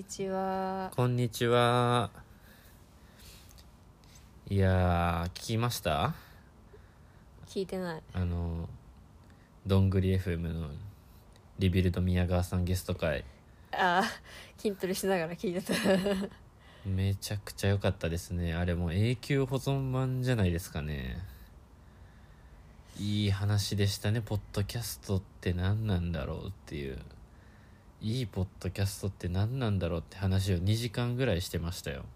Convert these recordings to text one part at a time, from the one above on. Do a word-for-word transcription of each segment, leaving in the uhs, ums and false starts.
ちは。 こんにちは。いやー、聞きました？ 聞いてない。 あのどんぐり エフエム のリビルド宮川さんゲスト会、 あー筋トレしながら聞いてためちゃくちゃ良かったですね。あれもう永久保存版じゃないですかね。いい話でしたね。ポッドキャストって何なんだろうっていう、いいポッドキャストって何なんだろうって話をにじかんぐらいしてましたよ。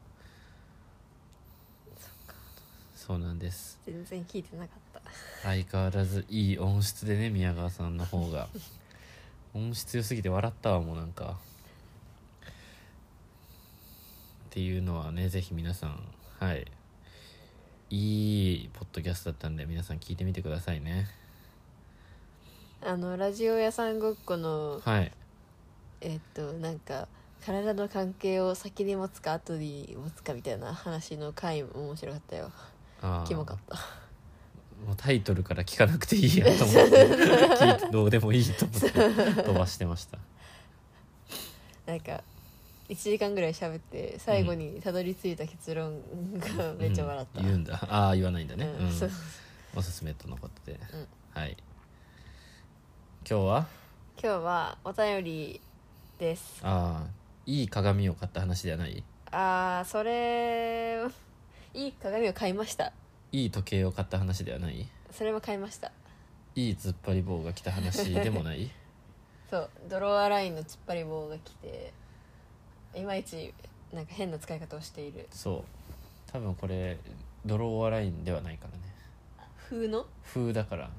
そうなんです。 全然聞いてなかった。 相変わらずいい音質でね、宮川さんの方が音質良すぎて笑ったわ。もうなんかっていうのはね、ぜひ皆さん、はいいいポッドキャストだったんで皆さん聞いてみてくださいね。 あのラジオ屋さんごっこのはいえっとなんか体の関係を先に持つか後に持つかみたいな話の回も面白かったよ。 あキモかった。 もうタイトルから聞かなくていいやと思って聞いてどうでもいいと思って飛ばしてました。 なんかいちじかんぐらい喋って最後にたどり着いた結論がめっちゃ笑った、 うん、言うんだ。ああ、言わないんだね、 うんうん、 そうおすすめとのことで、 うん、 はい今日は今日はお便りです。 ああ、いい鏡を買った話ではない？ あーそれいい鏡を買いました。 いい時計を買った話ではない？ それも買いました。 いい突っ張り棒が来た話でもない？ そうドロワーラインの突っ張り棒が来ていまいちなんか変な使い方をしている。 そう多分これドロワーラインではないからね。 風の風だから、うん、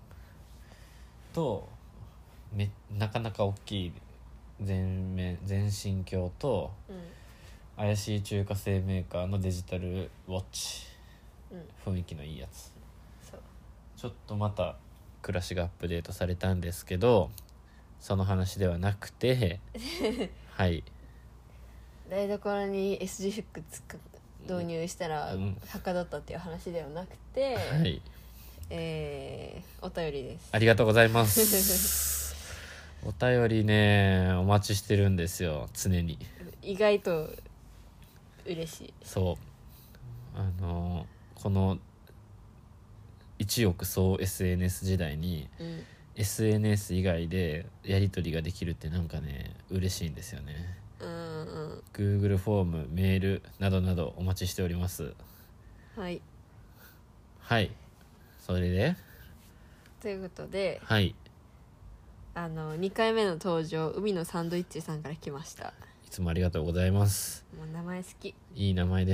とめなかなか大きい全面全身鏡とうん怪しい中華製メーカーのデジタルウォッチ、 うん雰囲気のいいやつ。 そうちょっとまた暮らしがアップデートされたんですけど、その話ではなくてはい台所に エスジー フックつく導入したらうんはかどったっていう話ではなくて、 はいえー、お便りです。 ありがとうございますお便りね、お待ちしてるんですよ、常に。 意外と嬉しい。 そうあのこのいちおく総 エスエヌエス 時代に、 うん、 エスエヌエス 以外でやり取りができるってなんかね嬉しいんですよね。 うんうん Google フォーム、メールなどなどお待ちしております。 はいはいそれでということで、 はいあのにかいめの登場海のサンドイッチさんから来ました。 いつもありがとうございます。 もう名前好き。 いい名前です。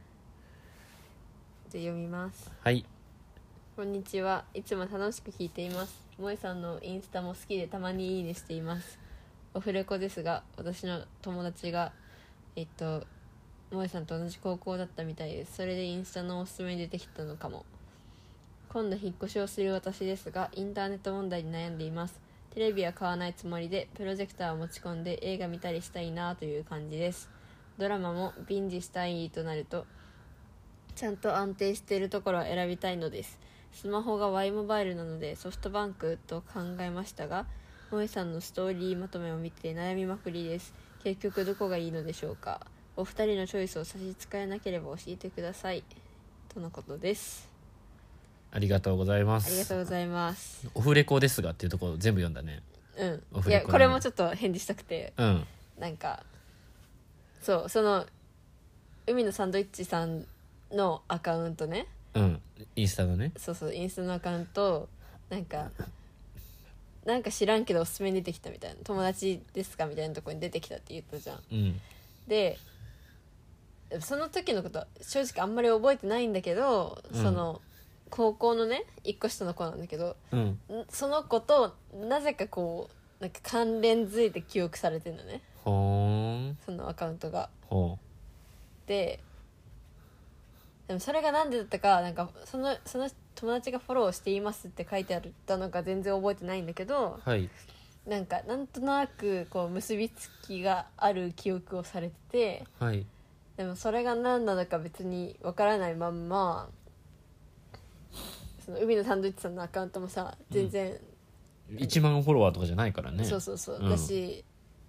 じゃあ読みます。 はい。 こんにちは。いつも楽しく聞いています。萌えさんのインスタも好きでたまにいいねしています。オフレコですが、私の友達がえっと萌えさんと同じ高校だったみたいです。それでインスタのおすすめに出てきたのかも。今度引っ越しをする私ですが、インターネット問題に悩んでいます。テレビは買わないつもりでプロジェクターを持ち込んで映画見たりしたいなという感じです。ドラマもビンジしたいとなるとちゃんと安定しているところを選びたいのです。スマホが Y モバイルなのでソフトバンクと考えましたが、萌えさんのストーリーまとめを見て悩みまくりです。結局どこがいいのでしょうか。お二人のチョイスを差し支えなければ教えてくださいとのことです。 ありがとうございます。 ありがとうございます。 オフレコですがっていうところ全部読んだね。 うんいやオフレコねこれもちょっと返事したくて、 うんなんかそうその海のサンドイッチさんのアカウントね、 うんインスタのね。 そうそうインスタのアカウントなんかなんか知らんけどおすすめに出てきたみたいな、友達ですかみたいなところに出てきたって言ったじゃん。 うんでその時のことは正直あんまり覚えてないんだけど、 うんその高校のねいっこ下の子なんだけど、 うんんその子となぜかこうなんか関連づいて記憶されてるのね、 ほーんそのアカウントが。 ほででもそれが何でだったか、なんかそのその友達がフォローしていますって書いてあったのか全然覚えてないんだけど、 うはいなんかなんとなくこう結びつきがある記憶をされてて、 はいでもそれが何なのか別にわからないまんま、その海のサンドイッチさんのアカウントもさ全然、 いちまんフォロワーとかじゃないからね。 そうそうそう、 うんだし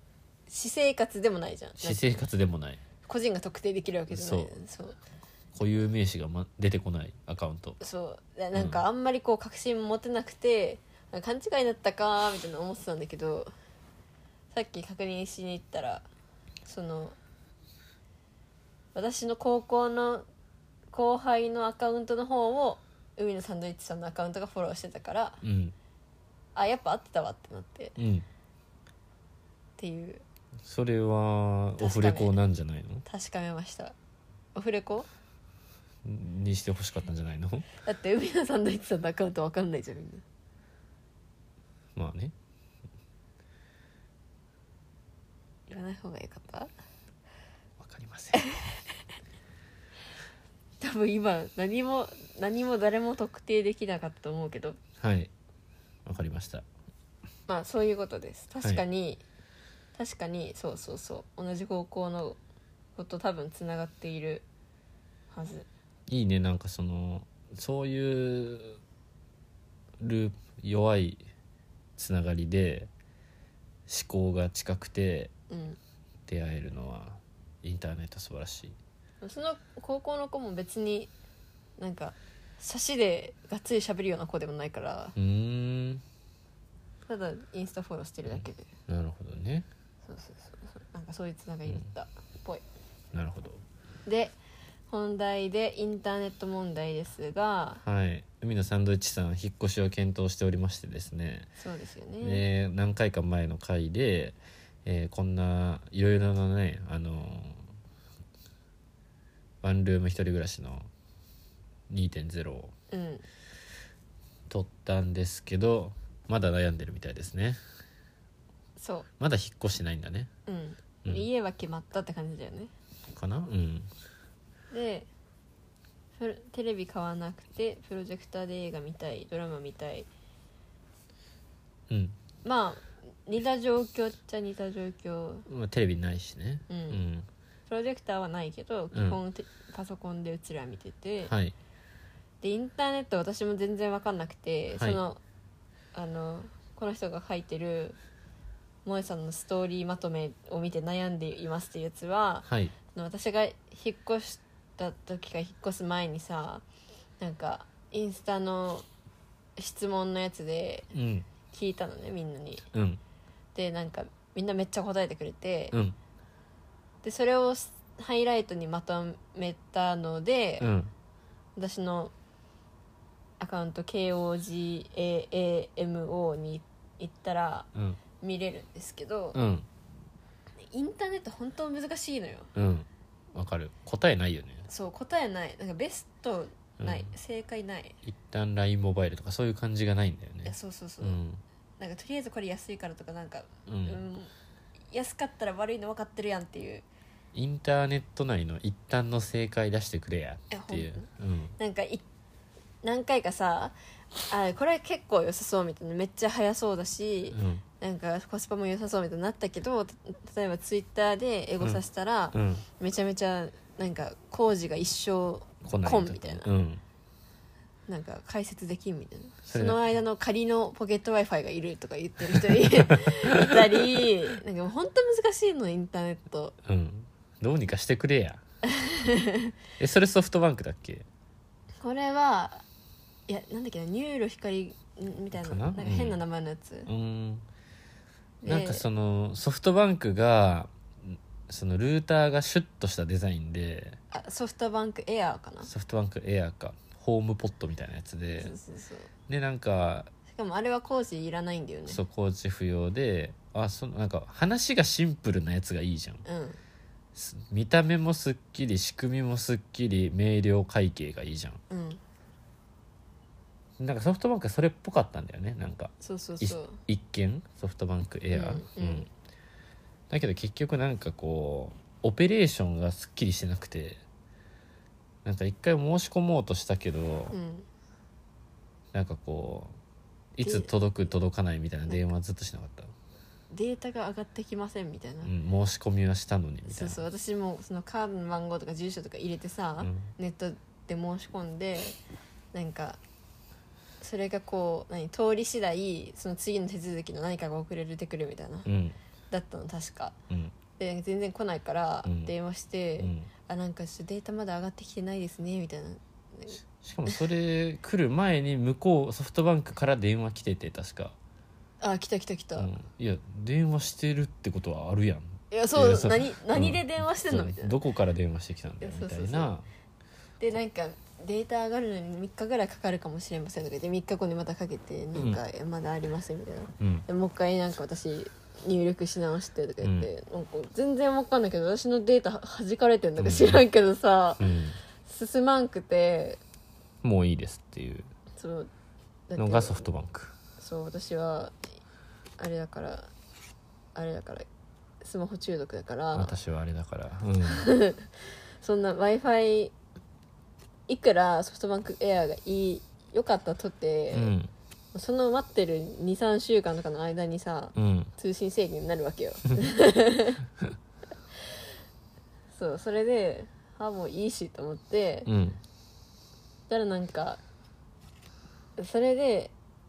私生活でもないじゃん。 私生活でもない、 個人が特定できるわけじゃない。そう固有名詞が、ま、出てこないアカウント。 そうでなんかあんまりこう確信持てなくて、うん、勘違いだったかみたいな思ってたんだけど、さっき確認しに行ったらその私の高校の後輩のアカウントの方を海のサンドイッチさんのアカウントがフォローしてたから、 うん、 あやっぱ合ってたわってなって、 うん、 っていうそれはオフレコなんじゃないの？ 確かめました。オフレコにしてほしかったんじゃないの？ だって海のサンドイッチさんのアカウント分かんないじゃんみんな。 まあね、 言わない方がよかった。 わかりません多分今何も何も誰も特定できなかったと思うけど、 はい、わかりました。 まあそういうことです。確かに、はい、確かにそうそうそう同じ高校の子と多分つながっているはず。 いいね、なんかそのそういうループ弱いつながりで思考が近くて出会えるのは、インターネット素晴らしい。 その高校の子も別になんか差しでがっつり喋るような子でもないから、 うーん、 ただインスタフォローしてるだけで、 うん、なるほどね。 そうそうそうそう、なんかそういうつながりだったっぽい、 うん、なるほど。で本題でインターネット問題ですが、 はい、海のサンドイッチさん引っ越しを検討しておりましてですね。 そうですよね。 で何回か前の回で、えー、こんないろいろなね、あのー、ワンルーム一人暮らしの にてんゼロ を撮ったんですけど、まだ悩んでるみたいですね。 そうまだ引っ越してないんだね。 うん、 うん、 家は決まったって感じだよね。 かな。うん。 でテレビ買わなくてプロジェクターで映画見たい、ドラマ見たい、 うん、 まあ似た状況っちゃ似た状況、 まあ、テレビないしね、 うんうん、プロジェクターはないけど基本、うん、パソコンでうちら見てて、 はい、 でインターネット私も全然分かんなくて、はい、そのあのこの人が書いてる萌さんのストーリーまとめを見て悩んでいますっていうやつは、はい、私が引っ越した時か引っ越す前にさ、なんかインスタの質問のやつで聞いたのね、みんなに、うん、でなんかみんなめっちゃ答えてくれて、うん、でそれをハイライトにまとめたので、うん、私のアカウント ケーオージーエーエーエムオー に行ったら見れるんですけど、うん、インターネット本当難しいのよ。 うん、わかる。答えないよね。 そう、答えない。なんかベストない、うん、正解ない。 一旦 ライン モバイルとかそういう感じがないんだよね。 いやそうそうそう、うん、なんかとりあえずこれ安いからとかなんか、うんうん、安かったら悪いの分かってるやんっていう。 インターネット内の一旦の正解出してくれやっていう、うん、 なんかい何回かさあこれ結構良さそうみたいな、めっちゃ早そうだし、うん、なんかコスパも良さそうみたいになったけど、例えばツイッターでエゴさせたら、うん、めちゃめちゃなんか工事が一生コンみたいな、うん、なんか解説できんみたいな、その間の仮のポケット Wi-Fi がいるとか言ってる人いたりなんか本当難しいのインターネット、 うん、どうにかしてくれやえそれソフトバンクだっけ？ これはいやなんだっけな、ニューロ光みたいな、なんか変な名前のやつ、うん、 なんかそのソフトバンクがそのルーターがシュッとしたデザインで、 あソフトバンクエアーかな、 ソフトバンクエアーかホームポットみたいなやつで、そうそうそう、でなんかしかもあれは工事いらないんだよね。 そう工事不要で、あそのなんか話がシンプルなやつがいいじゃん、うん、見た目もすっきり仕組みもすっきり明瞭会計がいいじゃん、うん、なんかソフトバンクはそれっぽかったんだよね。なんかそうそうそう一見ソフトバンクエアー、うんうん、だけど結局なんかこうオペレーションがすっきりしてなくて、なんか一回申し込もうとしたけど、うん、なんかこういつ届く届かないみたいな電話ずっとしなかった。 データが上がってきませんみたいな、うん、申し込みはしたのにみたいな。 そうそう私もそのカードの番号とか住所とか入れてさ、うん、ネットで申し込んで、なんかそれがこう何通り次第その次の手続きの何かが遅れてくるみたいな、うん、 だったの確かうんで全然来ないからうん電話して、 うん、 あなんかちょっとデータまだ上がってきてないですねみたいな。 しかもそれ来る前に向こうソフトバンクから電話来てて確か、 あ来た来た来た、 うん、いや電話してるってことはあるやん、 いやそういやそう何何で電話してんの、 そうみたいな。 どこから電話してきたんだよいやみたいそうそうそうな。 でなんかデータ上がるのにみっかぐらいかかるかもしれませんとか言ってみっかごにまたかけてなんか、いやまだありませんみたいな。 うんでもう一回なんか私入力し直してとか言って、なんか全然わかんないけど私のデータ弾かれてんだか知らんけどさ、 うん、 進まんくてもういいですっていうそうだってのがソフトバンク。 そう私はあれだからあれだからスマホ中毒だから私はあれだから、うんそんな Wi-Fi いくらソフトバンクエアがいい良かったとて、 うんその待ってる にさんしゅうかんとかの間にさうん通信制限になるわけよそうそれであもういいしと思ってうんたらなんかそれで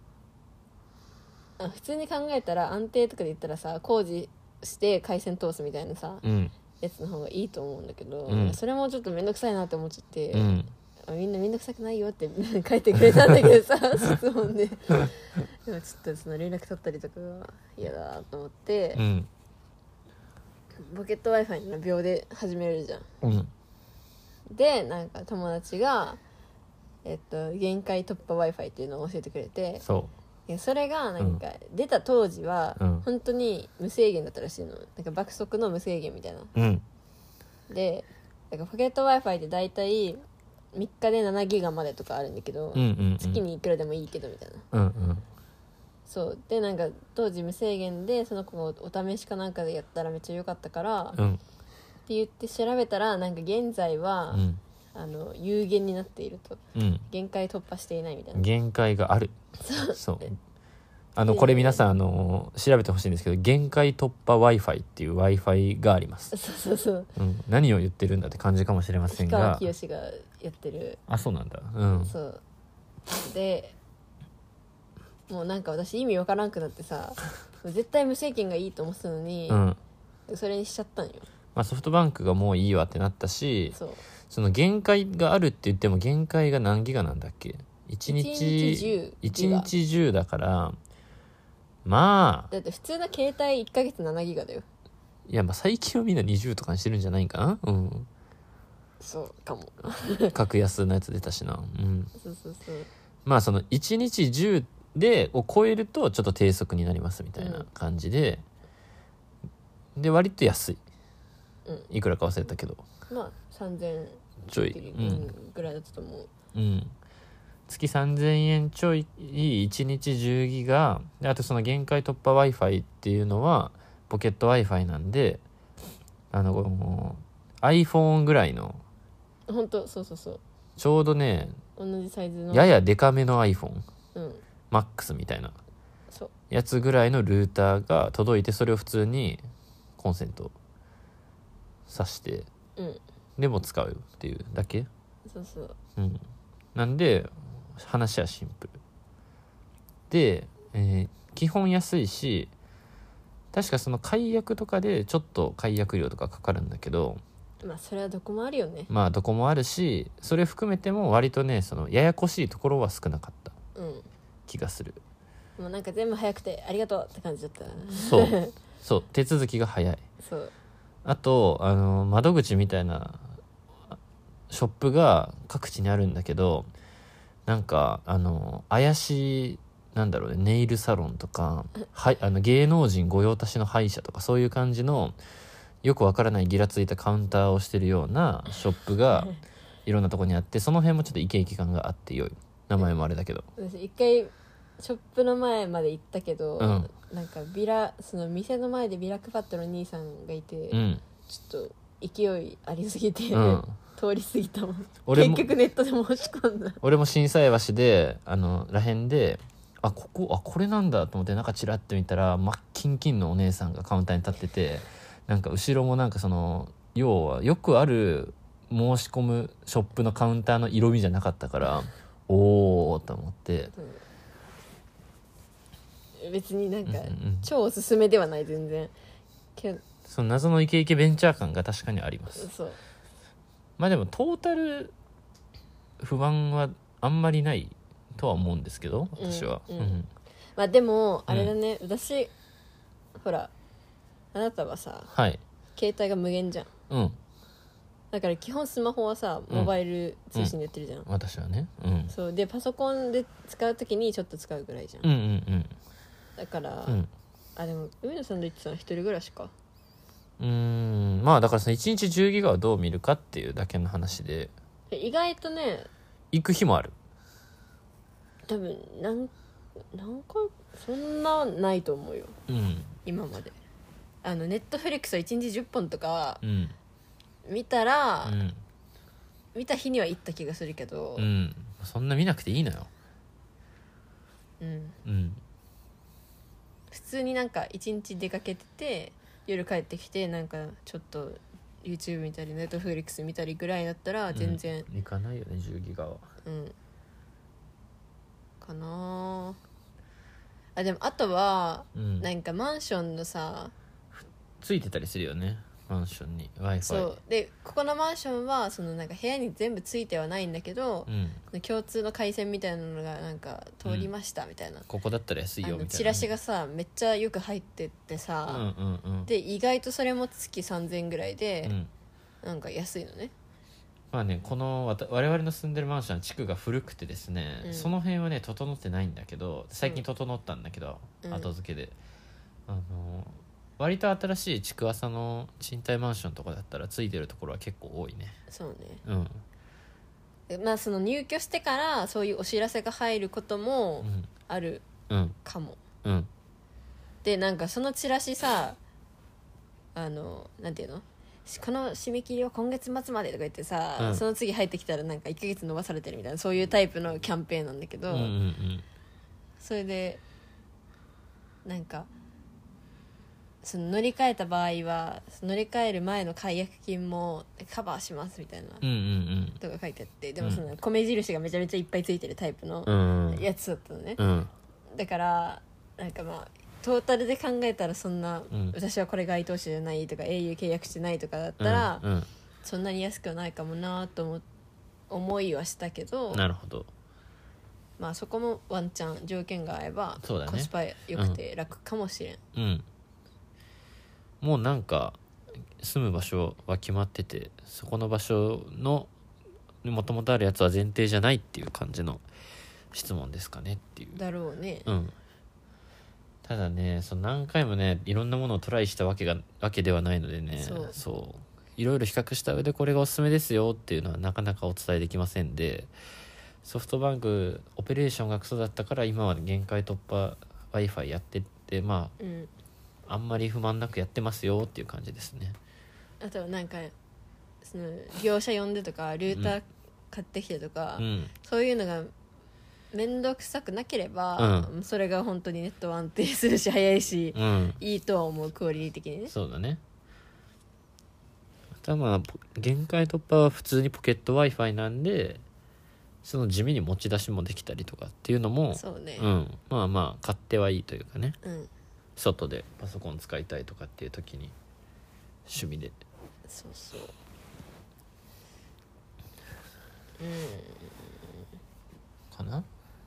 あ普通に考えたら安定とかで言ったらさ工事して回線通すみたいなさうんやつの方がいいと思うんだけど、 うんそれもちょっとめんどくさいなって思っちゃって、 うんあみんなめんどくさくないよって書いてくれたんだけどさ質問ででもちょっとその連絡取ったりとかが嫌だなと思ってう、んポケット Wi-Fi の秒で始めるじゃん。 うんでなんか友達がえっと限界突破 Wi-Fi っていうのを教えてくれて、 そいやそれがなんか出た当時はうん本当に無制限だったらしいの。なんか爆速の無制限みたいな。 ううんでだからポケット Wi-Fi って大体みっかでななギガまでとかあるんだけど、 うんうんうん月にいくらでもいいけどみたいな。 うんうんそうでなんか当時無制限でその子がお試しかなんかでやったらめっちゃ良かったから、ってうん言って調べたらなんか現在は、 うんあの有限になっていると、 うん限界突破していないみたいな。 限界がある。そうあのでこれ皆さんあの調べてほしいんですけど、限界突破 Wi-Fi っていう Wi-Fi があります、 そうそうそう、 うん、何を言ってるんだって感じかもしれません氷川が、 きよしがやってる、 あそうなんだ、うんそうでもうなんか私意味わからんくなってさ絶対無制限がいいと思ってたのに、 うんそれにしちゃったんよ。 まあ、ソフトバンクがもういいわってなったし、 そうその限界があるって言っても限界が何ギガなんだっけ、いちにちいちにちじゅういちにちじゅうだから、まあだって普通の携帯いっかげつななギガだよ。 いやまあ最近はみんなにじゅうとかにしてるんじゃないかな、うんそうかも格安のやつ出たしな、うんそうそうそうまあそのいちにちじゅうでを超えるとちょっと低速になりますみたいな感じで、で割と安い、 うんいくらか忘れたけどまあさんぜんちょい、 うんぐらいだったと思う。 うん、月さんぜんえんちょいいちにちじゅうギガで、あとその限界突破 Wi-Fi っていうのはポケット Wi-Fi なんで、あのもう iPhone ぐらいの本当そうそうそうちょうどね同じサイズのややデカめの iPhone うんマックスみたいなそうやつぐらいのルーターが届いて、それを普通にコンセント挿してうんでも使うっていうだけ、 そうそううん、なんで話はシンプルで、えー基本安いし、確かその解約とかでちょっと解約料とかかかるんだけど、 まあそれはどこもあるよね。 まあどこもあるし、それ含めても割とねそのややこしいところは少なかったうん気がする。 もうなんか全部早くてありがとうって感じだったそうそう手続きが早い。 そうあとあの窓口みたいなショップが各地にあるんだけど、なんかあの怪しいなんだろうねネイルサロンとかはいあの芸能人御用達の歯医者とかそういう感じのよくわからないギラついたカウンターをしてるようなショップがいろんなとこにあって、その辺もちょっとイケイケ感があって良い。名前もあれだけど、 私一回ショップの前まで行ったけど、 うんなんかビラその店の前でビラ配ってるお兄さんがいて、 うんちょっと勢いありすぎて、 うん通り過ぎたもん。 俺も結局ネットで申し込んだ。 俺も心斎橋であのらへんであここあこれなんだと思って中チラッと見たら真っキンキンのお姉さんがカウンターに立ってて、なんか後ろもなんかその要はよくある申し込むショップのカウンターの色味じゃなかったからおおと思って、 別になんか、 うんうん超おすすめではない全然。 けどその謎のイケイケベンチャー感が確かにあります。 そうまあでもトータル不安はあんまりないとは思うんですけど私は、 うんうんうん、 まあでもあれだね、うん、私ほらあなたはさ、 はい、 携帯が無限じゃん、 うん、 だから基本スマホはさモバイル通信でやってるじゃん、 うん、私はね、うん、 そうでパソコンで使うときにちょっと使うぐらいじゃん、 うんうんうんだから、 うん、 あでも上野さんの言ってたの一人暮らしか。 うーんまあだからそのいちにちじゅうギガをどう見るかっていうだけの話で意外とね行く日もある。 多分何何回そんなないと思うようん今まで。あのネットフリックスはいちにちじゅっぽんとかうん見たら、 うん、 見た日には行った気がするけど、 うん、そんな見なくていいのよ。 うんうん、 普通になんか一日出かけてて夜帰ってきてなんかちょっと YouTube 見たり Netflix 見たりぐらいだったら全然、 うん、行かないよねじゅうギガは。 うんかなあ。でもあとは、 うん、 なんかマンションのさついてたりするよねマンションに Wi-Fi。 そうでここのマンションはそのなんか部屋に全部ついてはないんだけど、 うん、 共通の回線みたいなのがなんか通りましたみたいな、 ここだったら安いよみたいな、ね、 チラシがさめっちゃよく入ってってさ、 うんうんうん、 で意外とそれも月さんぜんえんぐらいで、 うん、 なんか安いのね。 まあねこのわた我々の住んでるマンションは地区が古くてですね、うん、その辺はね整ってないんだけど最近整ったんだけど、うん、後付けであの割と新しい築浅の賃貸マンションとかだったらついてるところは結構多いね。 そうね、 うん、 まあその入居してからそういうお知らせが入ることもあるかも、 うんうん、 でなんかそのチラシさあのなんていうのこの締め切りは今月末までとか言ってさ、うん、その次入ってきたらなんかいっかげつ延ばされてるみたいなそういうタイプのキャンペーンなんだけど、 うんうんうん、 それでなんかその乗り換えた場合は乗り換える前の解約金もカバーしますみたいなとか書いてあって、でもその米印がめちゃめちゃいっぱいついてるタイプのやつだったのね、 うん、 だからなんかまあトータルで考えたらそんな、うん、私はこれ該当者じゃないとか au 契約してないとかだったら、うんうん、そんなに安くはないかもなと思思いはしたけど、 なるほど、 まあそこもワンチャン条件が合えば、 そうだね、 コスパ良くて楽かもしれん、 うん、もうなんか住む場所は決まっててそこの場所のもともとあるやつは前提じゃないっていう感じの質問ですかねっていうだろうね、 うん、ただねその何回もねいろんなものをトライしたわけがわけではないのでね、 そうそういろいろ比較した上でこれがおすすめですよっていうのはなかなかお伝えできませんで、ソフトバンクオペレーションがクソだったから今は限界突破 Wi-Fi やってってまあ、うん、あんまり不満なくやってますよっていう感じですね。 あとなんかその業者呼んでとかルーター買ってきてとか、うん、そういうのが面倒くさくなければ、うん、それが本当にネットは安定するし早いし、うん、いいとは思うクオリティ的にね。 そうだね。あとはまあ限界突破は普通にポケット Wi-Fi なんでその地味に持ち出しもできたりとかっていうのもそうね、 うん、まあまあ買ってはいいというかね、 うん、 外でパソコン使いたいとかっていう時に趣味でそうそううんかな。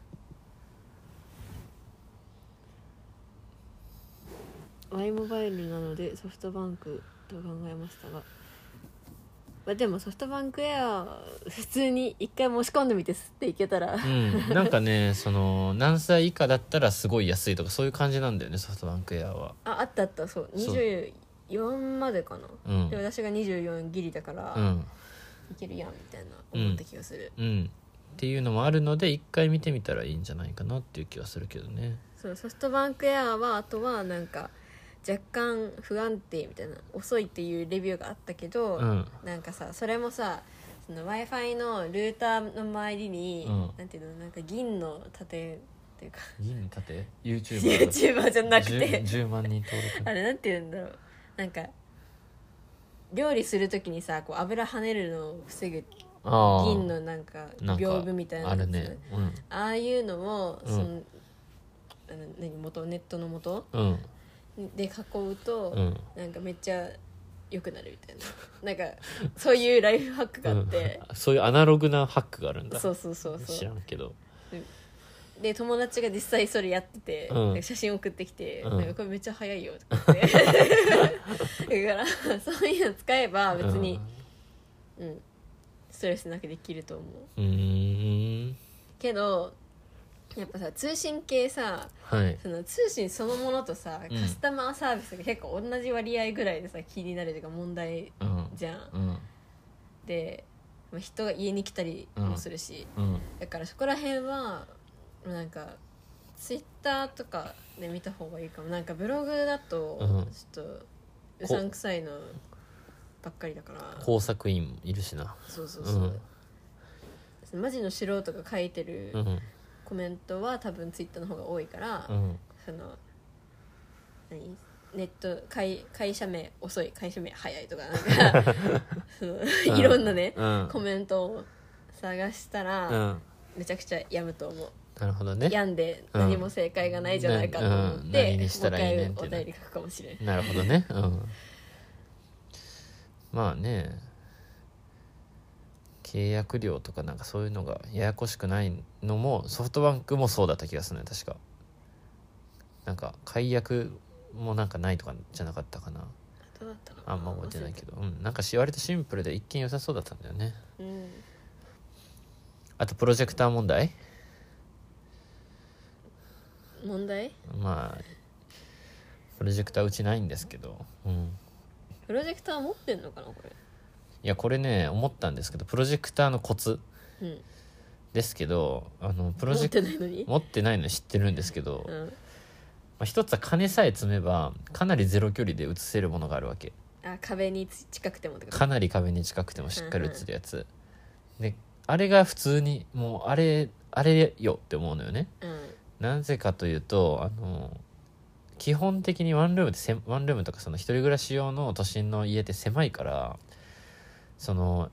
Y モバイルなのでソフトバンクと考えましたが、まあ、でもソフトバンクエア普通に一回申し込んでみて吸っていけたら、 うん、なんかねその何歳以下だったらすごい安いとかそういう感じなんだよねソフトバンクエアは。 ああったあったそうにじゅうよんまでかな、 うん、 で私がにじゅうよんギリだから、 うん、 いけるやんみたいな思った気がする、 うん、うん、っていうのもあるので一回見てみたらいいんじゃないかなっていう気はするけどね。 そうソフトバンクエアはあとはなんか若干不安定みたいな遅いっていうレビューがあったけど、 うん、 なんかさそれもさその Wi-Fi のルーターの周りに、うん、なんていうのなんか銀の盾っていうか銀の盾 YouTuber, YouTuber じゃなくて 10, 10万人登録あれなんていうんだろうなんか料理するときにさこう油跳ねるのを防ぐ銀のなんか屏風みたいなやつあ, あるね、うん、 ああいうのをその、うん、あの何元ネットの元、 うんで囲うと、 うんなんかめっちゃ良くなるみたいななんかそういうライフハックがあって、 うん、そういうアナログなハックがあるんだ。 そうそうそうそう知らんけど。 で友達が実際それやってて、 うんなんか写真送ってきて、 うんなんかこれめっちゃ早いよとか言ってだからそういうの使えば別に、うん、うん、ストレスなくできると思う。 うーんけどやっぱさ通信系さ、 はい、 その通信そのものとさ、 うんカスタマーサービスが結構同じ割合ぐらいでさ気になるというか問題じゃん、 うんで、まあ、人が家に来たりもするし、 うん、 だからそこら辺はなんかツイッターとかで見た方がいいかも。なんかブログだとうんちょっとうさんくさいのばっかりだから。 工作員もいるしな。 そうそうそう、うん、マジの素人が書いてるコメントは多分ツイッターの方が多いから、 うん、 その何ネット 会, 会社名遅い会社名早いとかなんかそのいろんなね、うん、コメントを探したら、うん、めちゃくちゃ病むと思う。 なるほどね。 病んで何も正解がないじゃないかと思って、うん、何にしたらいいねんってもう一回お便り書くかもしれん。 なるほどね、うん、まあね契約料とかなんかそういうのがややこしくないのもソフトバンクもそうだった気がするね。確かなんか解約もなんかないとかじゃなかったかな。 どうだったのあんま覚えてないけど、うん、なんか割とシンプルで一見良さそうだったんだよね、 うん、 あとプロジェクター問題問題まあプロジェクターうちないんですけど、うん、 プロジェクター持ってんのかなこれ。 いやこれね思ったんですけどプロジェクターのコツうんですけど、あのプロジェク持ってないのに持ってないの知ってるんですけど、 うん、 まあ、一つは金さえ積めばかなりゼロ距離で写せるものがあるわけ。 あ壁に近くてもってことかなり壁に近くてもしっかり写るやつ、うんうん、であれが普通にもうあれあれよって思うのよね、 うん、 なぜかというとあの基本的にワンルームってせワンルームとかその一人暮らし用の都心の家って狭いからその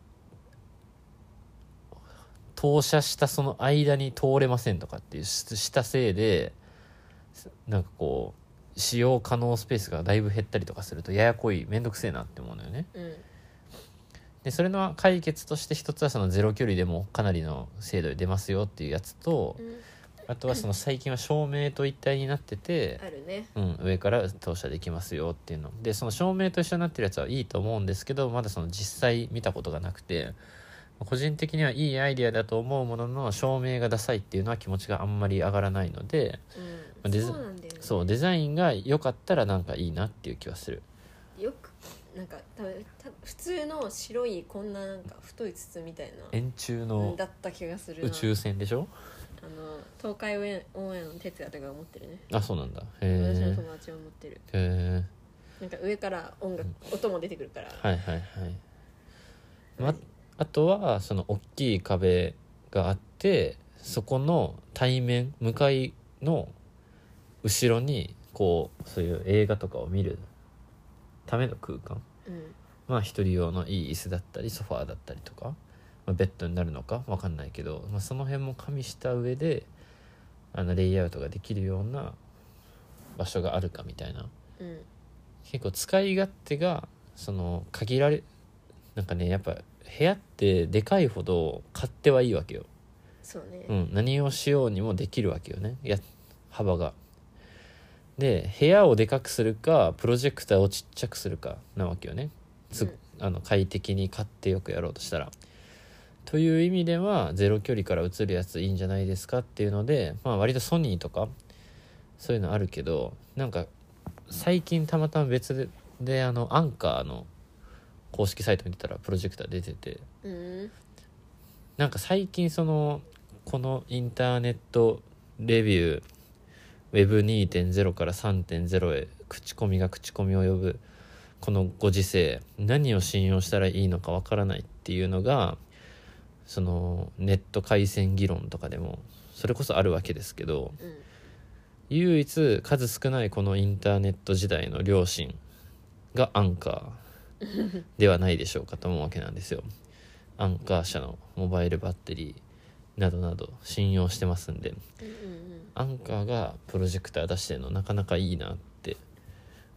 投射したその間に通れませんとかっていうしたせいでなんかこう使用可能スペースがだいぶ減ったりとかするとややこいめんどくせえなって思うのよね、 うん、 でそれの解決として一つはそのゼロ距離でもかなりの精度で出ますよっていうやつと、うん、あとはその最近は照明と一体になっててあるね、 うん、上から投射できますよっていうのでその照明と一緒になってるやつはいいと思うんですけどまだその実際見たことがなくて個人的にはいいアイデアだと思うものの照明がダサいっていうのは気持ちがあんまり上がらないので、 うん、デザそうなんだよね。 そうデザインが良かったらなんかいいなっていう気はする。 よくなんかたた普通の白いこんななんか太い筒みたいな円柱のだった気がするな。 宇宙船でしょ。 あの東海オンエアの哲也とかが持ってるね。 あそうなんだ。へ私の友達は持ってる。 へなんか上から音楽、うん、音も出てくるから。 はいはいはい。まあとはその大きい壁があってそこの対面向かいの後ろにこうそういう映画とかを見るための空間、 うん、 まあ一人用のいい椅子だったりソファーだったりとか、まあ、ベッドになるのか分かんないけど、まあ、その辺も加味した上であのレイアウトができるような場所があるかみたいな、 うん、 結構使い勝手がその限られなんかねやっぱ部屋ってでかいほど勝手はいいわけよ。 そうね、 うん、何をしようにもできるわけよねや幅が。で部屋をでかくするかプロジェクターをちっちゃくするかなわけよね、うん、あの快適に勝手よくやろうとしたら。という意味ではゼロ距離から映るやついいんじゃないですかっていうので、まあ、割とソニーとかそういうのあるけどなんか最近たまたま別で、であのアンカーの公式サイト見てたらプロジェクター出てて、 うん、 なんか最近そのこのインターネットレビュー ウェブにてんゼロ から さんてんゼロ へ口コミが口コミを呼ぶこのご時世何を信用したらいいのかわからないっていうのがそのネット回線議論とかでもそれこそあるわけですけど、 うん、 唯一数少ないこのインターネット時代の良心がアンカーではないでしょうかと思うわけなんですよ。アンカー社のモバイルバッテリーなどなど信用してますんで、 うんうんうん、 アンカーがプロジェクター出してるのなかなかいいなって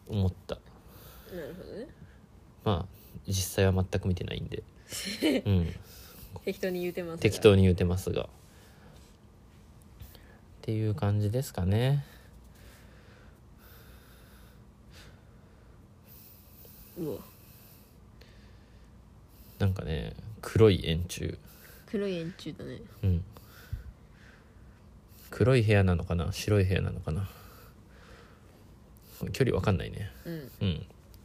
思った。 なるほどね。 まあ実際は全く見てないんで、うん、 適当に言うてますが適当に言うてますがっていう感じですかね。 うわ、 なんかね黒い円柱、 黒い円柱だね。 うん、黒い部屋なのかな白い部屋なのかな、距離わかんないね。 うん、 うん、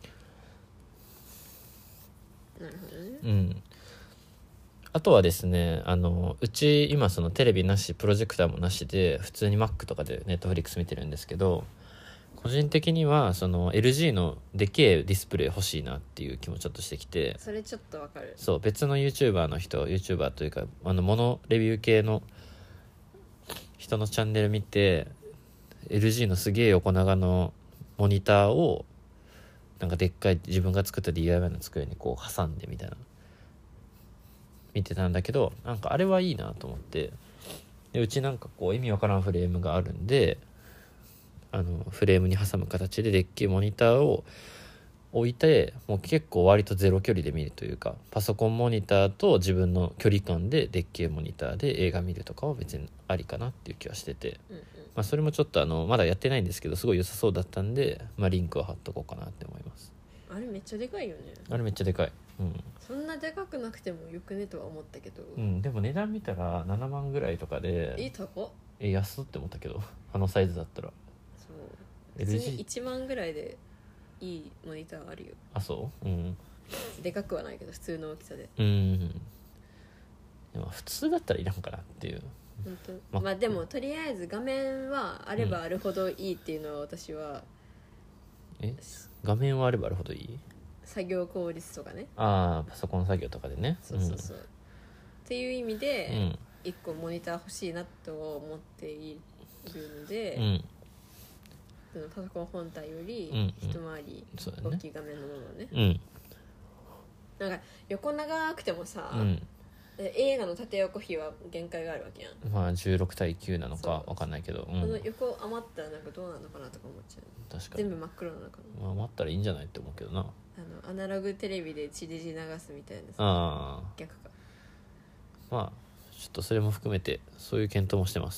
なるほどね。 うん、あとはですね、あのうち今そのテレビなしプロジェクターもなしで普通に Mac とかで Netflix 見てるんですけど、個人的にはその エルジー のでけえディスプレイ欲しいなっていう気もちょっとしてきて、 それちょっとわかる。 そう別の YouTuber の人 YouTuber というかあのモノレビュー系の人のチャンネル見て エルジー のすげえ横長のモニターをなんかでっかい自分が作った ディーアイワイ の机にこう挟んでみたいな見てたんだけど、なんかあれはいいなと思って、でうちなんかこう意味わからんフレームがあるんで、あのフレームに挟む形ででっけえモニターを置いて、もう結構割とゼロ距離で見るというか、パソコンモニターと自分の距離感ででっけえモニターで映画見るとかは別にありかなっていう気はしてて、 うんうん、 まあ、それもちょっとあのまだやってないんですけどすごい良さそうだったんで、まあ、リンクは貼っとこうかなって思います。 あれめっちゃでかいよね。 あれめっちゃでかい、うんそんなでかくなくてもよくねとは思ったけど、 うん、でも値段見たらななまんぐらいとかで、 え高っ。 え安って思ったけどあのサイズだったら。 そう、 エルジー別にいちまんぐらいでいいモニターあるよ。 あそううんでかくはないけど普通の大きさで。 うんでも普通だったらいらんかなっていう。 本当、 ままあでもとりあえず画面はあればあるほどいいっていうのは私は、 え画面はあればあるほどいい。 作業効率とかね。 ああパソコン作業とかでね。 そうそうそう、っていう意味うでんいっこモニター欲しいなと思っているので、 うんそのパソコン本体よりうんうん一回りそうだね大きい画面のものをね、 うんなんか横長くてもさ、 うん映画の縦横比は限界があるわけやん、 まあじゅうろくたいきゅうなのかそうわかんないけど、うこのん、 横余ったらなんかどうなるのかなとか思っちゃう。 確かに全部真っ黒なのかな。 まあ待ったらいいんじゃないって思うけどな。 あのアナログテレビで地デジ流すみたいなさ、 ああ逆か。 まあちょっとそれも含めてそういう検討もしてます。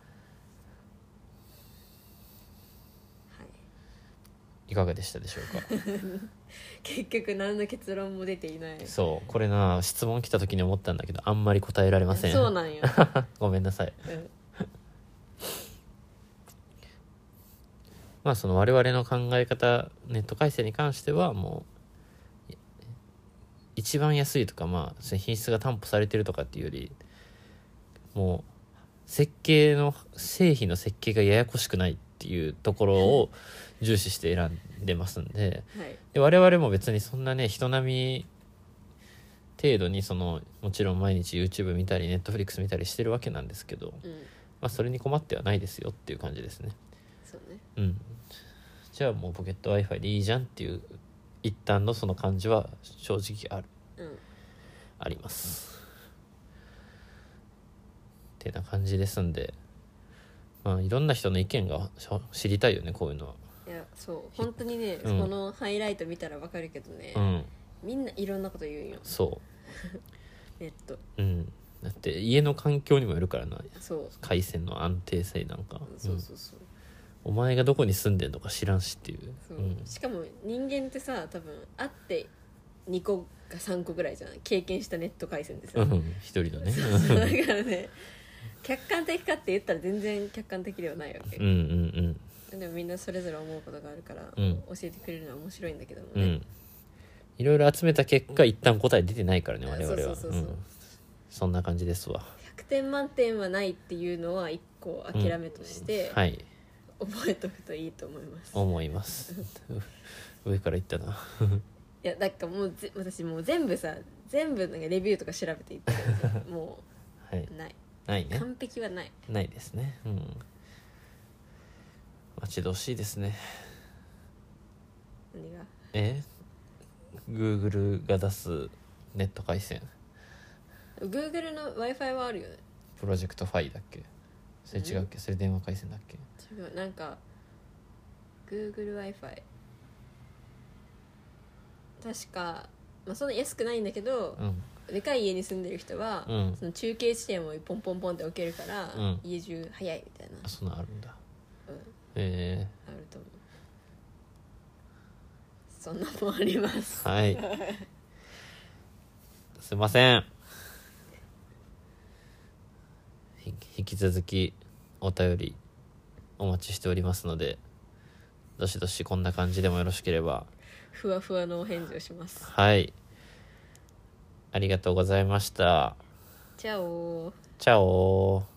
はいいかがでしたでしょうか結局何の結論も出ていない。 そうこれな質問来た時に思ったんだけどあんまり答えられません。 そうなんよ、 ごめんなさい。 うんまあその我々の考え方ネット回線に関してはもう一番安いとかまあ品質が担保されてるとかっていうよりもう設計の製品の設計がややこしくないっていうところを重視して選んでますんで、 はい、 で我々も別にそんなね人並み程度にそのもちろん毎日 YouTube 見たり Netflix 見たりしてるわけなんですけど、 うんまあそれに困ってはないですよっていう感じですね。 そうね。 うんじゃあもうポケット Wi-Fi でいいじゃんっていう一旦のその感じは正直あるうんありますってな感じですんで、まあいろんな人の意見が知りたいよねこういうのは。 いやそう本当にね、 うんこのハイライト見たらわかるけどね、 うんみんないろんなこと言うんよそネット。 ううんだって家の環境にもよるからな、 そう回線の安定性なんかそうそうそう、 うんお前がどこに住んでんのか知らんしっていうそう、 うんしかも人間ってさ多分会ってにこかさんこぐらいじゃん経験したネット回線でさ、 うん一人のねそうだからね客観的かって言ったら全然客観的ではないわけ、 うんうんでもみんなそれぞれ思うことがあるから、 うん教えてくれるのは面白いんだけどもね、 うんいろいろ集めた結果一旦答え出てないからね我々は。 そうそうそうそううんそんな感じですわ。 ひゃくてん満点はないっていうのはいっこ諦めとしてはい覚えとくといいと思います、 思います上から言ったないやだからもうぜ私もう全部さ全部なんかレビューとか調べていってるんですよもはいうないないね完璧はない。 ないですねうん待ち遠しいですね。 何がえ Google が出すネット回線 Google の Wi-Fi はあるよね。 プロジェクトファイだっけそれ違うっけ、それ電話回線だっけ。 違うなんか Google Wi-Fi 確か、まあ、そんな安くないんだけど、 うんでかい家に住んでる人は、 うん、 その中継地点をポンポンポンって置けるから、 うん、 家中早いみたいな、 あそんなんあるんだ。 うん、 えあると思う。そんなもんあります。 ー、はいすいません。ひ引き続きお便りお待ちしておりますので、どしどしこんな感じでもよろしければ。 ふわふわのお返事をします。 はい、ありがとうございました。 チャオ。 チャオ。